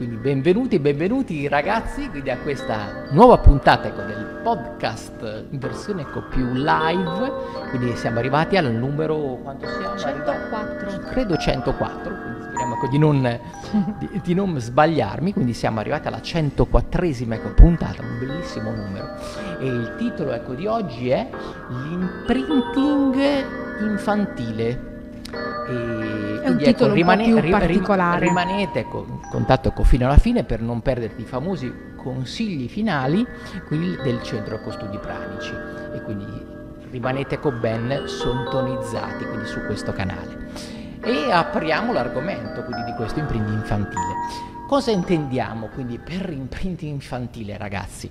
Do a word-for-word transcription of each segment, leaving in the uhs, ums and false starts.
Quindi benvenuti, benvenuti ragazzi quindi a questa nuova puntata ecco, del podcast in versione ecco, più live. Quindi siamo arrivati al numero, quanto siamo? centoquattro. Credo centoquattro, quindi speriamo ecco, di, non, di, di non sbagliarmi. Quindi siamo arrivati alla centoquattresima ecco, puntata, un bellissimo numero. E il titolo ecco, di oggi è l'imprinting infantile. E è un quindi, titolo ecco, rimane, un po' più ri, particolare. Rimanete ecco, in contatto ecco, fino alla fine per non perderti i famosi consigli finali quindi, del Centro ecco, Studi Pranici, e quindi rimanete ecco, ben sintonizzati quindi, su questo canale. E apriamo l'argomento quindi, di questo imprinting infantile. Cosa intendiamo quindi per imprinting infantile, ragazzi?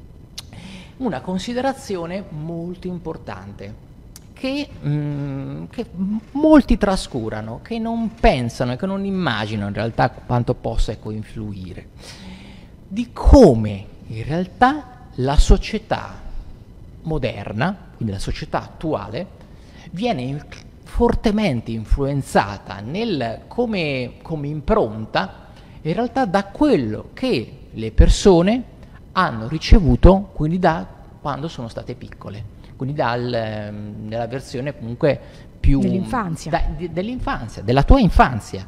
Una considerazione molto importante Che, mm, che molti trascurano, che non pensano e che non immaginano in realtà quanto possa ecco, influire, di come in realtà la società moderna, quindi la società attuale, viene in, fortemente influenzata nel, come, come impronta in realtà da quello che le persone hanno ricevuto quindi da quando sono state piccole. Quindi dal, nella versione comunque più dell'infanzia, da, di, dell'infanzia, della tua infanzia.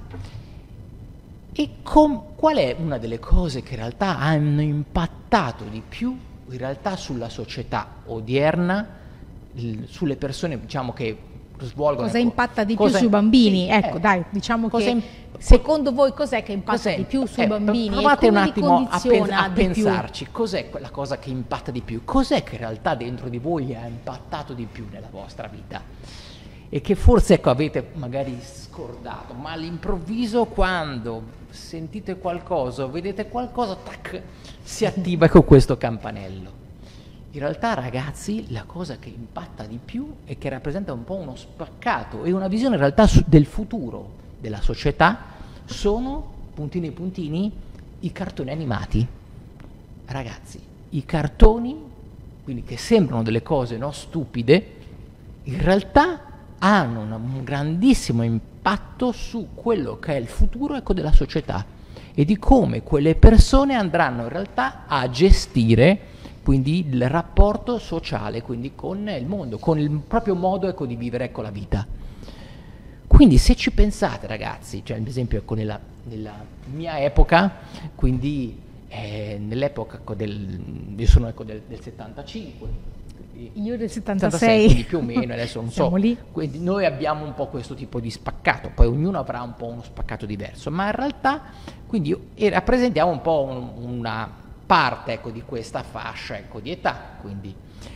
E com, qual è una delle cose che in realtà hanno impattato di più in realtà sulla società odierna, il, sulle persone diciamo che svolgono... Cosa ecco, impatta di cosa, più sui bambini? Sì, ecco eh, dai, diciamo che imp- secondo voi cos'è che impatta cos'è, di più sui eh, bambini? Provate e un come attimo a, pen- a di pensarci, più? cos'è quella cosa che impatta di più? Cos'è che in realtà dentro di voi ha impattato di più nella vostra vita? E che forse ecco, avete magari scordato, ma all'improvviso quando sentite qualcosa, vedete qualcosa, tac, si attiva ecco questo campanello. In realtà, ragazzi, la cosa che impatta di più e che rappresenta un po' uno spaccato e una visione in realtà su- del futuro della società sono, puntini puntini, i cartoni animati. Ragazzi, i cartoni, quindi che sembrano delle cose no, stupide, in realtà hanno una- un grandissimo impatto su quello che è il futuro ecco, della società e di come quelle persone andranno in realtà a gestire quindi il rapporto sociale quindi con il mondo, con il proprio modo ecco, di vivere ecco, la vita. Quindi se ci pensate ragazzi, cioè ad esempio ecco, nella, nella mia epoca, quindi eh, nell'epoca ecco, del, io sono ecco, del, del settantacinque, Io del settantasei, settantasei, quindi più o meno, adesso non so, lì. quindi noi abbiamo un po' questo tipo di spaccato, poi ognuno avrà un po' uno spaccato diverso, ma in realtà quindi e rappresentiamo un po' un, una parte ecco, di questa fascia ecco, di età, quindi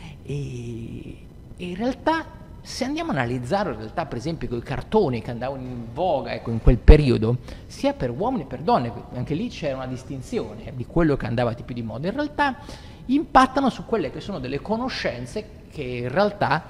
e, e in realtà se andiamo a analizzare in realtà per esempio i cartoni che andavano in voga ecco, in quel periodo, sia per uomini che per donne, anche lì c'era una distinzione di quello che andava di più di moda, in realtà impattano su quelle che sono delle conoscenze che in realtà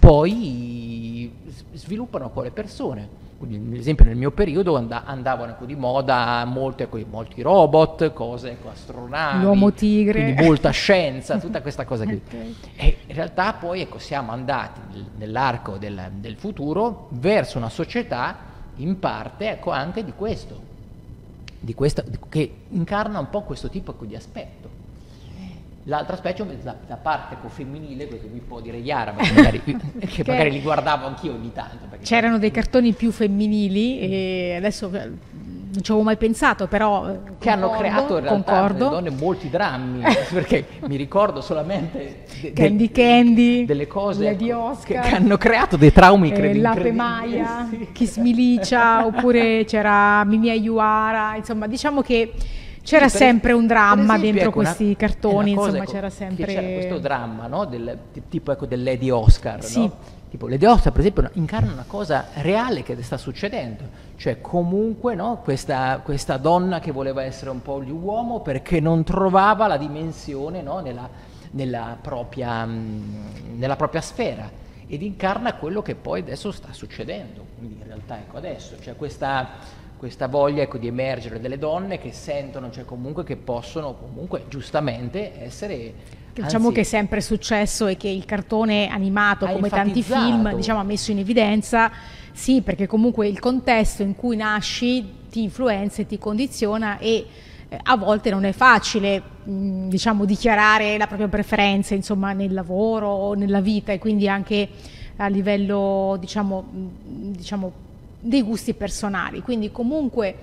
poi sviluppano con le persone. Quindi, ad esempio nel mio periodo and- andavano ecco, di moda molti, ecco, molti robot, cose ecco, astronavi, l'uomo tigre, quindi molta scienza, tutta questa cosa qui. Okay. E in realtà poi ecco, siamo andati nel- nell'arco del, del futuro verso una società in parte ecco, anche di questo, di questa, di- che incarna un po' questo tipo ecco, di aspetto. L'altro aspetto è la, la parte ecco, femminile, quello che vi può dire Chiara, ma che magari, che magari li guardavo anch'io ogni tanto. C'erano dei cartoni più femminili e adesso non ci avevo mai pensato, però che concordo, hanno creato in realtà concordo. per le donne molti drammi, perché mi ricordo solamente de- Candy de- Candy, delle cose Lady ecco, che, Oscar, che hanno creato dei traumi eh, credo Lape incredibili. Maya, Sì. Kiss Milicia, oppure c'era Mimi Ayuara, insomma diciamo che c'era Sì, per- sempre un dramma per esempio, dentro ecco, una- questi cartoni, è una cosa, insomma ecco, c'era che sempre c'era questo dramma, no? Del, tipo ecco del Lady Oscar, Sì. no? Tipo Lady Oscar per esempio incarna una cosa reale che sta succedendo, cioè comunque no? questa, questa donna che voleva essere un po' l'uomo perché non trovava la dimensione no? nella, nella, propria, mh, nella propria sfera, ed incarna quello che poi adesso sta succedendo, quindi in realtà ecco adesso c'è questa questa voglia ecco, di emergere delle donne che sentono, cioè comunque che possono comunque giustamente essere... Diciamo anzi, che è sempre successo e che il cartone animato, ha come tanti enfatizzato. film, diciamo, ha messo in evidenza, sì, perché comunque il contesto in cui nasci ti influenza e ti condiziona e eh, a volte non è facile, mh, diciamo, dichiarare la propria preferenza, insomma, nel lavoro o nella vita, e quindi anche a livello, diciamo, mh, diciamo dei gusti personali. Quindi comunque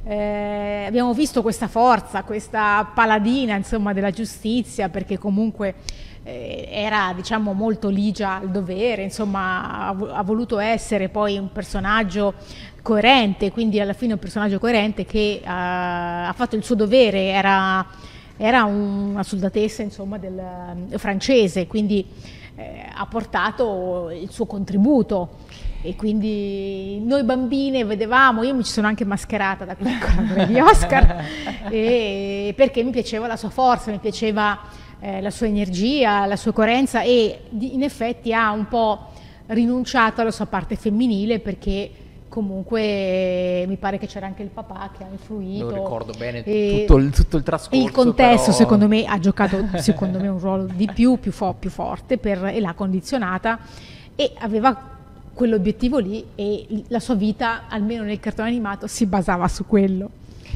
eh, abbiamo visto questa forza, questa paladina, insomma, della giustizia, perché comunque eh, era, diciamo, molto ligia al dovere, insomma, ha, ha voluto essere poi un personaggio coerente, quindi alla fine un personaggio coerente che uh, ha fatto il suo dovere, era, era un, una soldatessa, insomma, del uh, francese, quindi eh, ha portato il suo contributo. E quindi noi bambine vedevamo, io mi ci sono anche mascherata da piccola di Oscar, e perché mi piaceva la sua forza, mi piaceva eh, la sua energia, la sua coerenza, e di, in effetti ha un po' rinunciato alla sua parte femminile, perché comunque mi pare che c'era anche il papà che ha influito. Non ricordo bene tutto il, tutto il trascorso. Il contesto, però... secondo me, ha giocato secondo me un ruolo di più, più, fo- più forte per, e l'ha condizionata, e aveva quell'obiettivo lì, e la sua vita, almeno nel cartone animato, si basava su quello.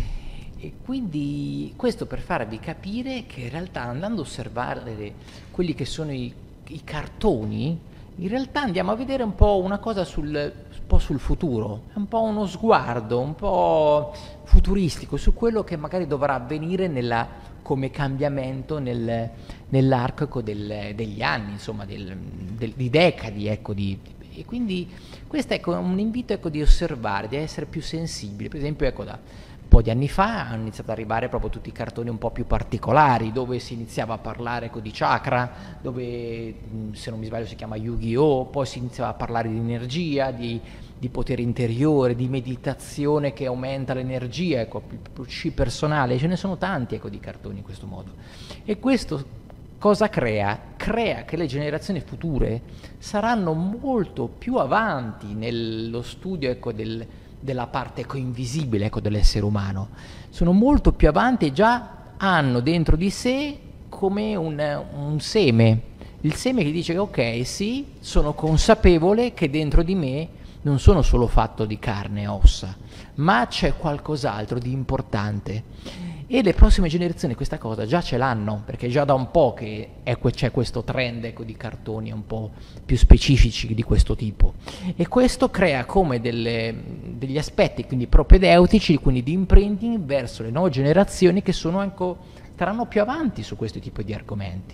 E quindi questo per farvi capire che in realtà, andando a osservare quelli che sono i, i cartoni, in realtà andiamo a vedere un po' una cosa sul, un po' sul futuro, un po' uno sguardo un po' futuristico su quello che magari dovrà avvenire nella, come cambiamento nel, nell'arco del, degli anni, insomma, del, del, di decadi, ecco, di, e quindi questo è, ecco, un invito, ecco, di osservare, di essere più sensibili. Per esempio, ecco, da un po' di anni fa hanno iniziato ad arrivare proprio tutti i cartoni un po' più particolari, dove si iniziava a parlare, ecco, di chakra, dove, se non mi sbaglio, si chiama Yu-Gi-Oh!, poi si iniziava a parlare di energia, di, di potere interiore, di meditazione che aumenta l'energia, ecco, più C personale. Ce ne sono tanti, ecco, di cartoni in questo modo. E questo cosa crea? Crea che le generazioni future saranno molto più avanti nello studio, ecco, del, della parte, ecco, invisibile, ecco, dell'essere umano. Sono molto più avanti e già hanno dentro di sé come un, un seme, il seme che dice che ok, sì, sono consapevole che dentro di me non sono solo fatto di carne e ossa, ma c'è qualcos'altro di importante. E le prossime generazioni questa cosa già ce l'hanno, perché già da un po' che è, c'è questo trend, ecco, di cartoni un po' più specifici di questo tipo, e questo crea come delle, degli aspetti, quindi propedeutici, quindi di imprinting verso le nuove generazioni che sono, ecco, saranno più avanti su questo tipo di argomenti.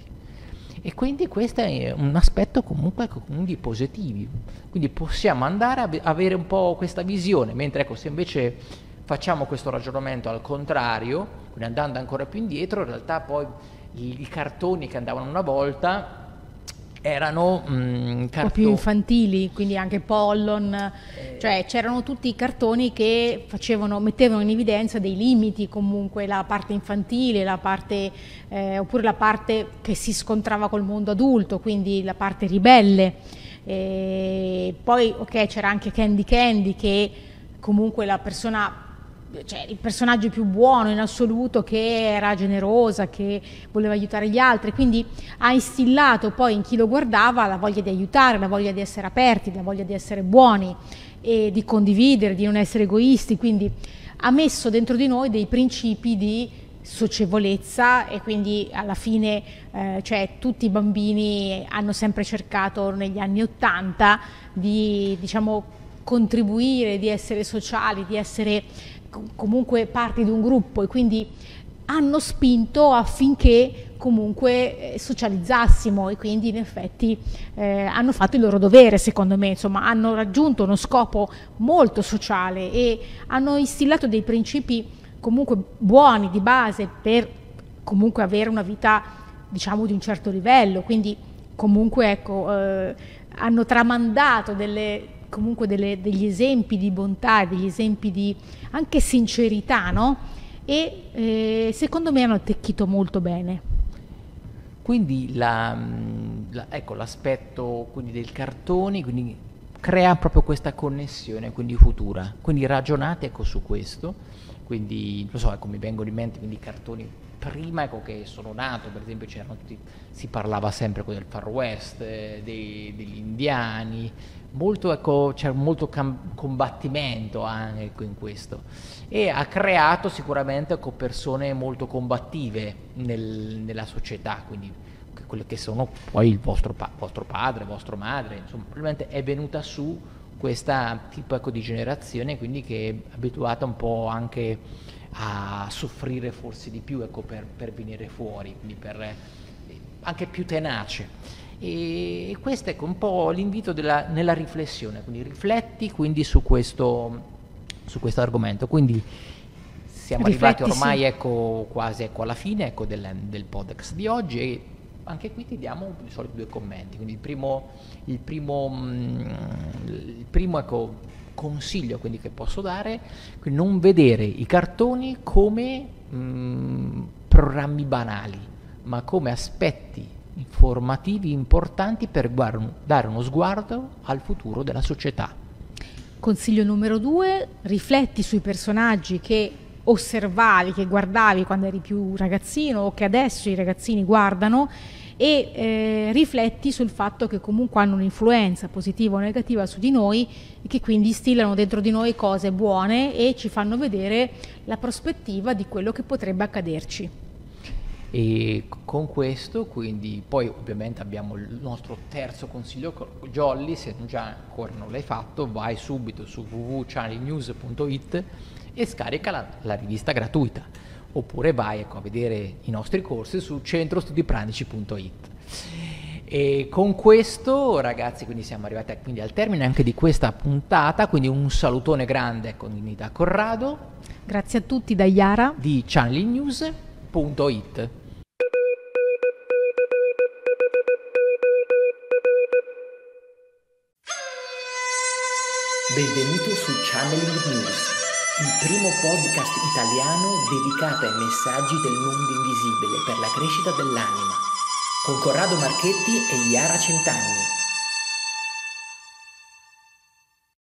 E quindi questo è un aspetto comunque, ecco, di positivi, quindi possiamo andare a avere un po' questa visione, mentre, ecco, se invece facciamo questo ragionamento al contrario, quindi andando ancora più indietro, in realtà poi i, i cartoni che andavano una volta erano mh, cartoni un po' più infantili, quindi anche Pollon, eh, cioè c'erano tutti i cartoni che facevano, mettevano in evidenza dei limiti, comunque la parte infantile, la parte eh, oppure la parte che si scontrava col mondo adulto, quindi la parte ribelle. E poi ok, c'era anche Candy Candy, che comunque la persona, cioè il personaggio più buono in assoluto, che era generosa, che voleva aiutare gli altri, quindi ha instillato poi in chi lo guardava la voglia di aiutare, la voglia di essere aperti, la voglia di essere buoni e di condividere, di non essere egoisti, quindi ha messo dentro di noi dei principi di socievolezza, e quindi alla fine eh, cioè tutti i bambini hanno sempre cercato negli anni ottanta di, diciamo, contribuire, di essere sociali, di essere comunque parte di un gruppo, e quindi hanno spinto affinché comunque eh, socializzassimo, e quindi in effetti eh, hanno fatto il loro dovere, secondo me, insomma hanno raggiunto uno scopo molto sociale e hanno instillato dei principi comunque buoni di base per comunque avere una vita, diciamo, di un certo livello, quindi comunque, ecco, eh, hanno tramandato delle comunque delle, degli esempi di bontà, degli esempi di anche sincerità, no? E eh, secondo me hanno attecchito molto bene. Quindi la, la, ecco, l'aspetto quindi del cartone quindi crea proprio questa connessione quindi futura, quindi ragionate, ecco, su questo, quindi non so, ecco, mi vengono in mente quindi cartoni prima, ecco, che sono nato, per esempio c'erano tutti, si parlava sempre del Far West, eh, dei, degli indiani, molto, ecco, c'era molto cam- combattimento anche, ecco, in questo, e ha creato sicuramente, ecco, persone molto combattive nel- nella società, quindi quelle che sono poi il vostro, pa- vostro padre, vostra madre, insomma, probabilmente è venuta su questa tipo, ecco, di generazione, quindi che è abituata un po' anche a soffrire forse di più, ecco, per, per venire fuori, quindi per, eh, anche più tenace. E questo è, ecco, un po' l'invito della, nella riflessione, quindi rifletti quindi su questo, su questo argomento. Quindi siamo Rifletti, arrivati ormai, sì. ecco, quasi, ecco, alla fine, ecco, del, del podcast di oggi, e anche qui ti diamo di solito due commenti. Quindi il primo, il primo, mm, il primo, ecco, consiglio quindi che posso dare, quindi non vedere i cartoni come mm, programmi banali, ma come aspetti informativi importanti per guard- dare uno sguardo al futuro della società. Consiglio numero due, rifletti sui personaggi che osservavi, che guardavi quando eri più ragazzino o che adesso i ragazzini guardano, e eh, rifletti sul fatto che comunque hanno un'influenza positiva o negativa su di noi e che quindi instillano dentro di noi cose buone e ci fanno vedere la prospettiva di quello che potrebbe accaderci. E con questo, quindi, poi ovviamente abbiamo il nostro terzo consiglio jolly. Se già ancora non l'hai fatto, vai subito su w w w punto channel news punto i t e scarica la, la rivista gratuita, oppure vai, ecco, a vedere i nostri corsi su centro studi pranici punto i t. E con questo, ragazzi, quindi siamo arrivati a, quindi al termine anche di questa puntata, quindi un salutone grande, ecco, da Corrado, Grazie a tutti da Iara di channel news punto i t. Benvenuto su Channeling News, il primo podcast italiano dedicato ai messaggi del mondo invisibile per la crescita dell'anima, con Corrado Marchetti e Iara Centanni.